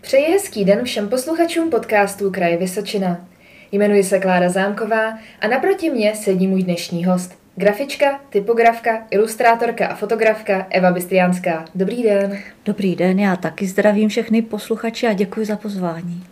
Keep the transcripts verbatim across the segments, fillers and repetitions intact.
Přeji hezký den všem posluchačům podcastu Kraje Vysočina. Jmenuji se Klára Zámková a naproti mě sedí můj dnešní host, grafička, typografka, ilustrátorka a fotografka Eva Bystriánská. Dobrý den. Dobrý den, já taky zdravím všechny posluchače a děkuji za pozvání.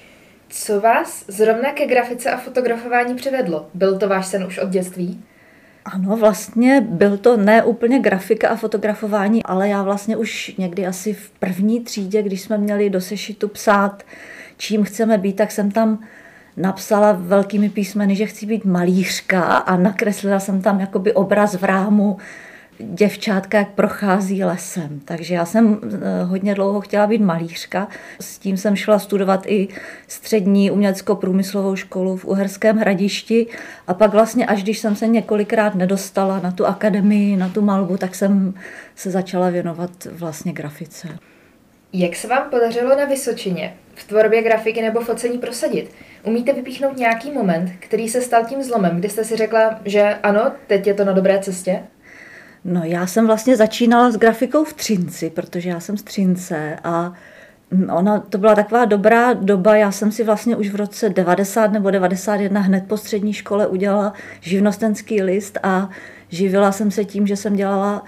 Co vás zrovna ke grafice a fotografování přivedlo? Byl to váš sen už od dětství? Ano, vlastně byl to ne úplně grafika a fotografování, ale já vlastně už někdy asi v první třídě, když jsme měli do sešitu psát, čím chceme být, tak jsem tam napsala velkými písmeny, že chci být malířka a nakreslila jsem tam jakoby obraz v rámu děvčátka, jak prochází lesem. Takže já jsem hodně dlouho chtěla být malířka. S tím jsem šla studovat i střední umělecko-průmyslovou školu v Uherském Hradišti a pak vlastně, až když jsem se několikrát nedostala na tu akademii, na tu malbu, tak jsem se začala věnovat vlastně grafice. Jak se vám podařilo na Vysočině v tvorbě grafiky nebo focení prosadit? Umíte vypíchnout nějaký moment, který se stal tím zlomem, kdy jste si řekla, že ano, teď je to na dobré cestě? No, já jsem vlastně začínala s grafikou v Třinci, protože já jsem z Třince a ona, to byla taková dobrá doba. Já jsem si vlastně už v roce devadesát nebo devadesát jedna hned po střední škole udělala živnostenský list a živila jsem se tím, že jsem dělala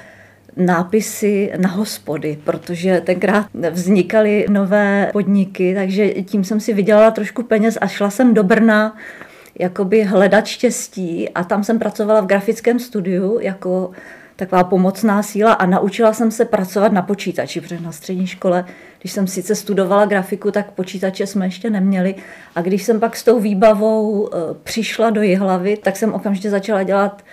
nápisy na hospody, protože tenkrát vznikaly nové podniky, takže tím jsem si vydělala trošku peněz a šla jsem do Brna jakoby hledat štěstí a tam jsem pracovala v grafickém studiu jako taková pomocná síla a naučila jsem se pracovat na počítači, protože na střední škole, když jsem sice studovala grafiku, tak počítače jsme ještě neměli a když jsem pak s tou výbavou přišla do Jihlavy, tak jsem okamžitě začala dělat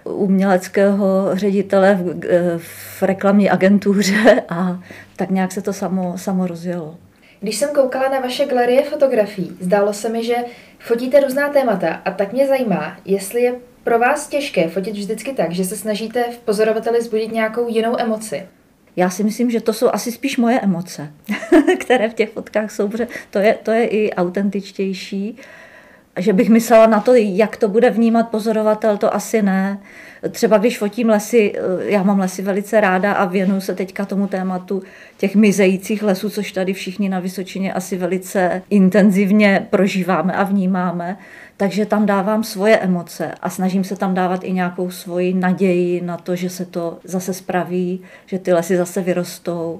uměleckého ředitele v, v reklamní agentuře a tak nějak se to samo, samo rozjelo. Když jsem koukala na vaše galerie fotografií, zdálo se mi, že fotíte různá témata a tak mě zajímá, jestli je pro vás těžké fotit vždycky tak, že se snažíte v pozorovateli vzbudit nějakou jinou emoci. Já si myslím, že to jsou asi spíš moje emoce, které v těch fotkách jsou, protože to je, to je i autentičtější. Že bych myslela na to, jak to bude vnímat pozorovatel, to asi ne. Třeba když fotím lesy, já mám lesy velice ráda a věnuju se teďka tomu tématu těch mizejících lesů, což tady všichni na Vysočině asi velice intenzivně prožíváme a vnímáme. Takže tam dávám svoje emoce a snažím se tam dávat i nějakou svoji naději na to, že se to zase spraví, že ty lesy zase vyrostou.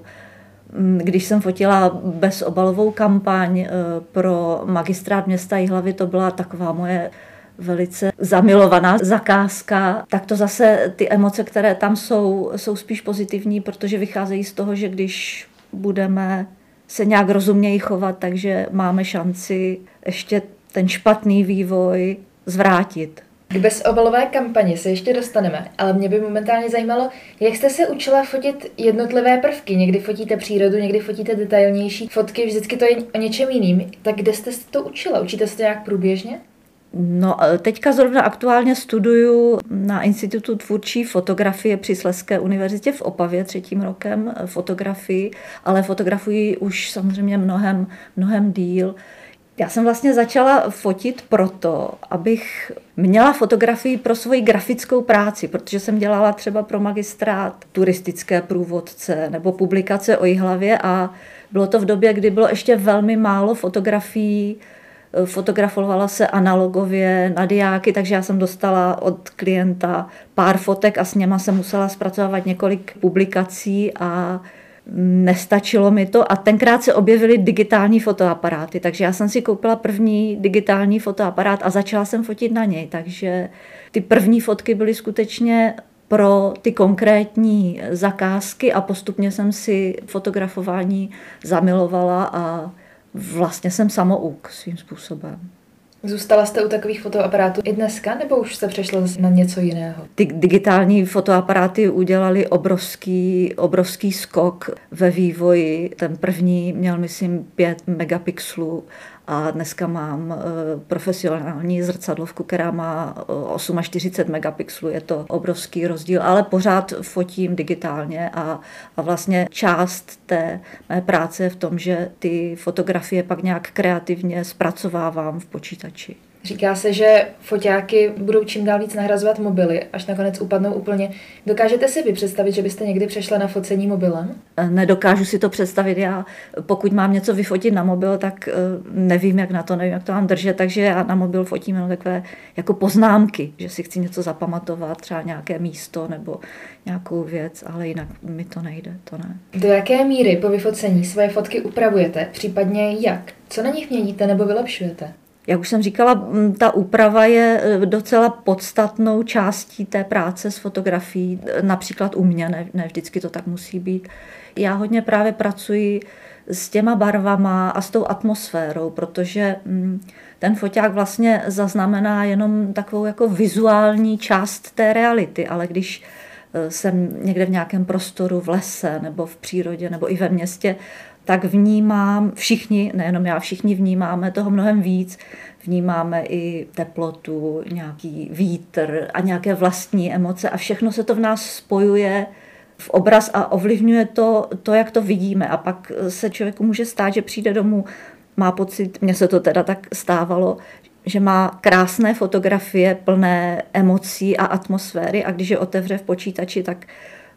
Když jsem fotila bezobalovou kampaň pro magistrát města Jihlavy, to byla taková moje velice zamilovaná zakázka, tak to zase ty emoce, které tam jsou, jsou spíš pozitivní, protože vycházejí z toho, že když budeme se nějak rozumněji chovat, takže máme šanci ještě ten špatný vývoj zvrátit. K bezobalové kampani se ještě dostaneme, ale mě by momentálně zajímalo, jak jste se učila fotit jednotlivé prvky. Někdy fotíte přírodu, někdy fotíte detailnější fotky, vždycky to je o něčem jiným. Tak kde jste se to učila? Učíte se to nějak průběžně? No, teďka zrovna aktuálně studuju na Institutu tvůrčí fotografie při Slezské univerzitě v Opavě třetím rokem fotografii, ale fotografuji už samozřejmě mnohem, mnohem díl. Já jsem vlastně začala fotit proto, abych měla fotografii pro svoji grafickou práci, protože jsem dělala třeba pro magistrát turistické průvodce nebo publikace o Jihlavě a bylo to v době, kdy bylo ještě velmi málo fotografií, fotografovala se analogově na diáky, takže já jsem dostala od klienta pár fotek a s něma jsem musela zpracovávat několik publikací a nestačilo mi to a tenkrát se objevily digitální fotoaparáty, takže já jsem si koupila první digitální fotoaparát a začala jsem fotit na něj, takže ty první fotky byly skutečně pro ty konkrétní zakázky a postupně jsem si fotografování zamilovala a vlastně jsem samouk svým způsobem. Zůstala jste u takových fotoaparátů i dneska, nebo už jste přešla na něco jiného? Ty digitální fotoaparáty udělali obrovský, obrovský skok ve vývoji. Ten první měl, myslím, pět megapixelů a dneska mám profesionální zrcadlovku, která má čtyřicet osm megapixelů. Je to obrovský rozdíl, ale pořád fotím digitálně a, a vlastně část té mé práce je v tom, že ty fotografie pak nějak kreativně zpracovávám v počítači. Říká se, že foťáky budou čím dál víc nahrazovat mobily, až nakonec upadnou úplně. Dokážete si vy představit, že byste někdy přešla na focení mobilem? Nedokážu si to představit. Já, pokud mám něco vyfotit na mobil, tak nevím, jak na to, nevím, jak to mám držet, takže já na mobil fotím jenom takové jako poznámky, že si chci něco zapamatovat, třeba nějaké místo nebo nějakou věc, ale jinak mi to nejde, to ne. Do jaké míry po vyfocení svoje fotky upravujete, případně jak? Co na nich měníte nebo vylepšujete? Jak už jsem říkala, ta úprava je docela podstatnou částí té práce s fotografií, například u mě, ne, ne vždycky to tak musí být. Já hodně právě pracuji s těma barvama a s tou atmosférou, protože ten foťák vlastně zaznamená jenom takovou jako vizuální část té reality, ale když jsem někde v nějakém prostoru, v lese nebo v přírodě nebo i ve městě, tak vnímám, všichni, nejenom já, všichni vnímáme toho mnohem víc. Vnímáme i teplotu, nějaký vítr a nějaké vlastní emoce a všechno se to v nás spojuje v obraz a ovlivňuje to, to, jak to vidíme. A pak se člověku může stát, že přijde domů, má pocit, mně se to teda tak stávalo, že má krásné fotografie plné emocí a atmosféry a když je otevře v počítači, tak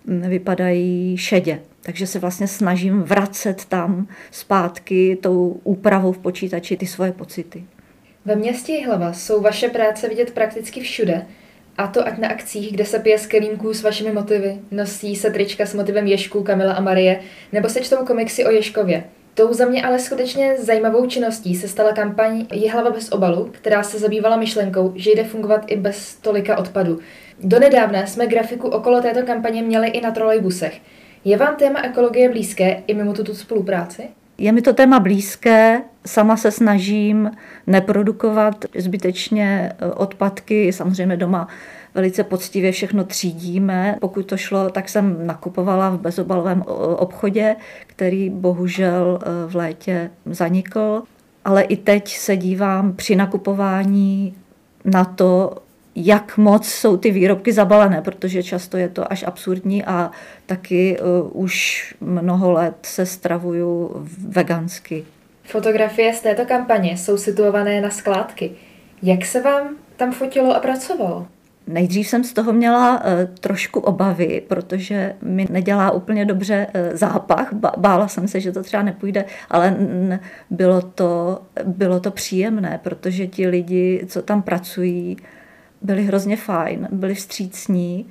vypadají šedě. Takže se vlastně snažím vracet tam zpátky tou úpravou v počítači ty svoje pocity. Ve městě Jihlava jsou vaše práce vidět prakticky všude, a to ať na akcích, kde se pije z kelímků s vašimi motivy, nosí se trička s motivem Ježků, Kamila a Marie, nebo se čtou komiksy o Ježkově. Tou za mě ale skutečně zajímavou činností se stala kampaň Jihlava bez obalu, která se zabývala myšlenkou, že jde fungovat i bez tolika odpadu. Donedávna jsme grafiku okolo této kampaně měli i na trolejbusech. Je vám téma ekologie blízké i mimo tuto spolupráci? Je mi to téma blízké, sama se snažím neprodukovat zbytečně odpadky, samozřejmě doma velice poctivě všechno třídíme. Pokud to šlo, tak jsem nakupovala v bezobalovém obchodě, který bohužel v létě zanikl, ale i teď se dívám při nakupování na to, jak moc jsou ty výrobky zabalené, protože často je to až absurdní a taky uh, už mnoho let se stravuju vegansky. Fotografie z této kampaně jsou situované na skládky. Jak se vám tam fotilo a pracovalo? Nejdřív jsem z toho měla uh, trošku obavy, protože mi nedělá úplně dobře uh, zápach. Ba- bála jsem se, že to třeba nepůjde, ale n- bylo to, bylo to příjemné, protože ti lidi, co tam pracují, byli hrozně fajn, byli vstřícní.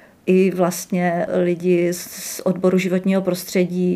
I vlastně lidi z odboru životního prostředí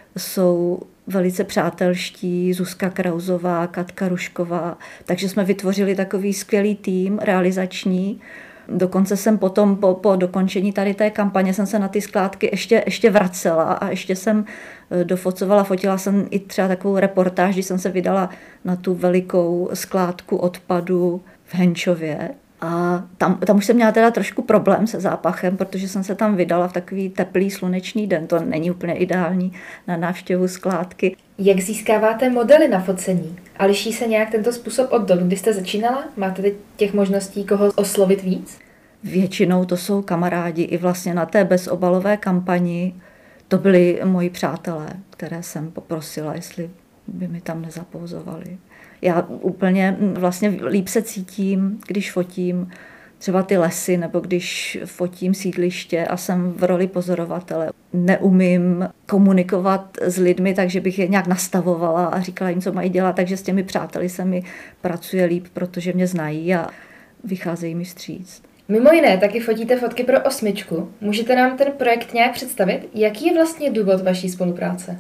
jsou velice přátelští, Zuzka Krauzová, Katka Rušková, takže jsme vytvořili takový skvělý tým realizační. Dokonce jsem potom po, po dokončení tady té kampaně jsem se na ty skládky ještě, ještě vracela a ještě jsem dofocovala, fotila jsem i třeba takovou reportáž, když jsem se vydala na tu velikou skládku odpadu v Henčově. A tam, tam už jsem měla teda trošku problém se zápachem, protože jsem se tam vydala v takový teplý slunečný den. To není úplně ideální na návštěvu skládky. Jak získáváte modely na focení? A liší se nějak tento způsob od dob, kdy jste začínala? Máte teď těch možností koho oslovit víc? Většinou to jsou kamarádi. I vlastně na té bezobalové kampani to byli moji přátelé, které jsem poprosila, jestli by mi tam nezapouzovali. Já úplně vlastně líp se cítím, když fotím třeba ty lesy nebo když fotím sídliště a jsem v roli pozorovatele. Neumím komunikovat s lidmi, takže bych je nějak nastavovala a říkala jim, co mají dělat, takže s těmi přáteli se mi pracuje líp, protože mě znají a vycházejí mi vstříc. Mimo jiné taky fotíte fotky pro osmičku. Můžete nám ten projekt nějak představit? Jaký je vlastně důvod vaší spolupráce?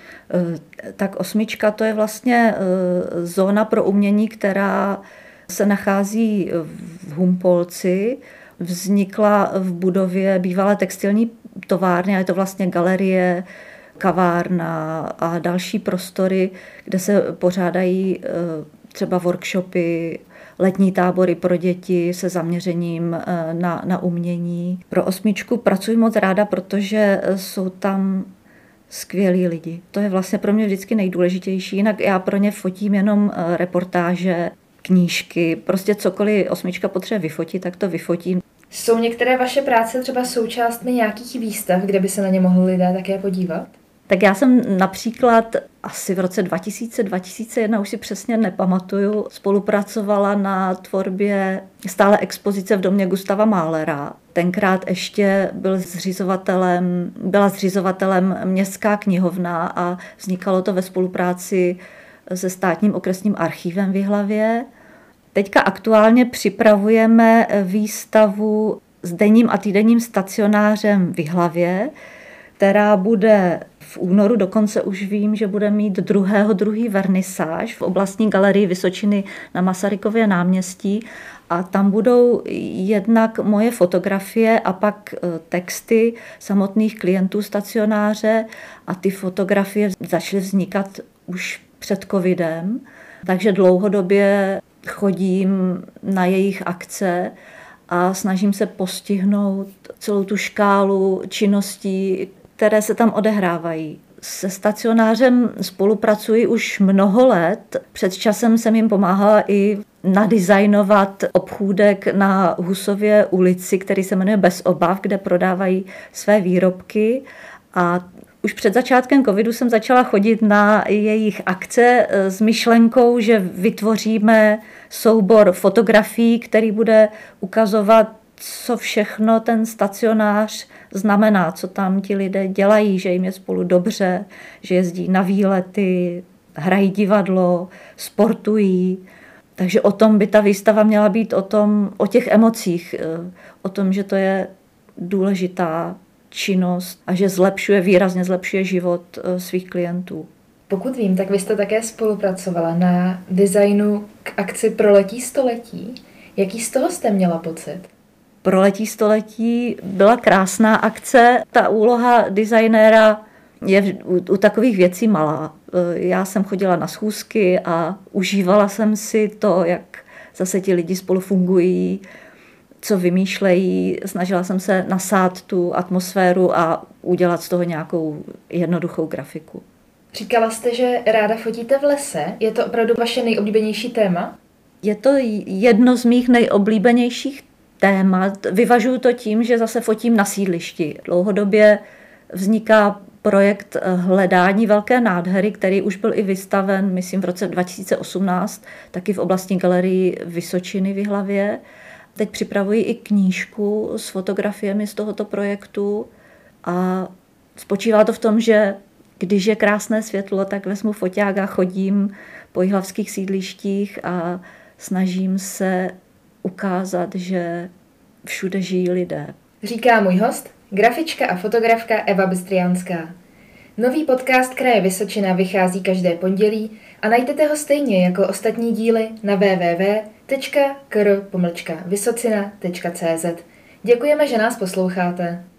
Tak osmička to je vlastně zóna pro umění, která se nachází v Humpolci. Vznikla v budově bývalé textilní továrny a je to vlastně galerie, kavárna a další prostory, kde se pořádají třeba workshopy, letní tábory pro děti se zaměřením na, na umění. Pro osmičku pracuji moc ráda, protože jsou tam skvělí lidi. To je vlastně pro mě vždycky nejdůležitější, jinak já pro ně fotím jenom reportáže, knížky, prostě cokoliv osmička potřebuje vyfotit, tak to vyfotím. Jsou některé vaše práce třeba součástmi nějakých výstav, kde by se na ně mohli lidé také podívat? Tak já jsem například asi v roce dva tisíce, dva tisíce jedna, už si přesně nepamatuju, spolupracovala na tvorbě stále expozice v domě Gustava Mahlera. Tenkrát ještě byl zřizovatelem, byla zřizovatelem Městská knihovna a vznikalo to ve spolupráci se Státním okresním archívem v Jihlavě. Teďka aktuálně připravujeme výstavu s denním a týdenním stacionářem v Jihlavě, která bude v únoru, dokonce už vím, že bude mít druhého druhý vernisáž v oblastní galerii Vysočiny na Masarykově náměstí a tam budou jednak moje fotografie a pak texty samotných klientů stacionáře a ty fotografie začaly vznikat už před covidem, takže dlouhodobě chodím na jejich akce a snažím se postihnout celou tu škálu činností, které se tam odehrávají. Se stacionářem spolupracuji už mnoho let. Před časem jsem jim pomáhala i nadizajnovat obchůdek na Husově ulici, který se jmenuje Bez obav, kde prodávají své výrobky. A už před začátkem covidu jsem začala chodit na jejich akce s myšlenkou, že vytvoříme soubor fotografií, který bude ukazovat, co všechno ten stacionář znamená, co tam ti lidé dělají, že jim je spolu dobře, že jezdí na výlety, hrají divadlo, sportují. Takže o tom by ta výstava měla být, o tom, o těch emocích, o tom, že to je důležitá činnost a že zlepšuje, výrazně zlepšuje život svých klientů. Pokud vím, tak vy jste také spolupracovala na designu k akci Proletí století. Jaký z toho jste měla pocit? Proletí století byla krásná akce. Ta úloha designéra je u, u takových věcí malá. Já jsem chodila na schůzky a užívala jsem si to, jak zase ti lidi spolu fungují, co vymýšlejí. Snažila jsem se nasát tu atmosféru a udělat z toho nějakou jednoduchou grafiku. Říkala jste, že ráda fotíte v lese. Je to opravdu vaše nejoblíbenější téma? Je to jedno z mých nejoblíbenějších témat. Vyvažuju to tím, že zase fotím na sídlišti. Dlouhodobě vzniká projekt Hledání velké nádhery, který už byl i vystaven, myslím, v roce dva tisíce osmnáct, taky v oblastní galerii Vysočiny v Jihlavě. Teď připravuji i knížku s fotografiemi z tohoto projektu a spočívá to v tom, že když je krásné světlo, tak vezmu foťák a chodím po jihlavských sídlištích a snažím se ukázat, že všude žijí lidé. Říká můj host, grafička a fotografka Eva Bystriánská. Nový podcast Kraje Vysočina vychází každé pondělí a najdete ho stejně jako ostatní díly na w w w tečka k r pomlčka vysocina tečka c z. Děkujeme, že nás posloucháte.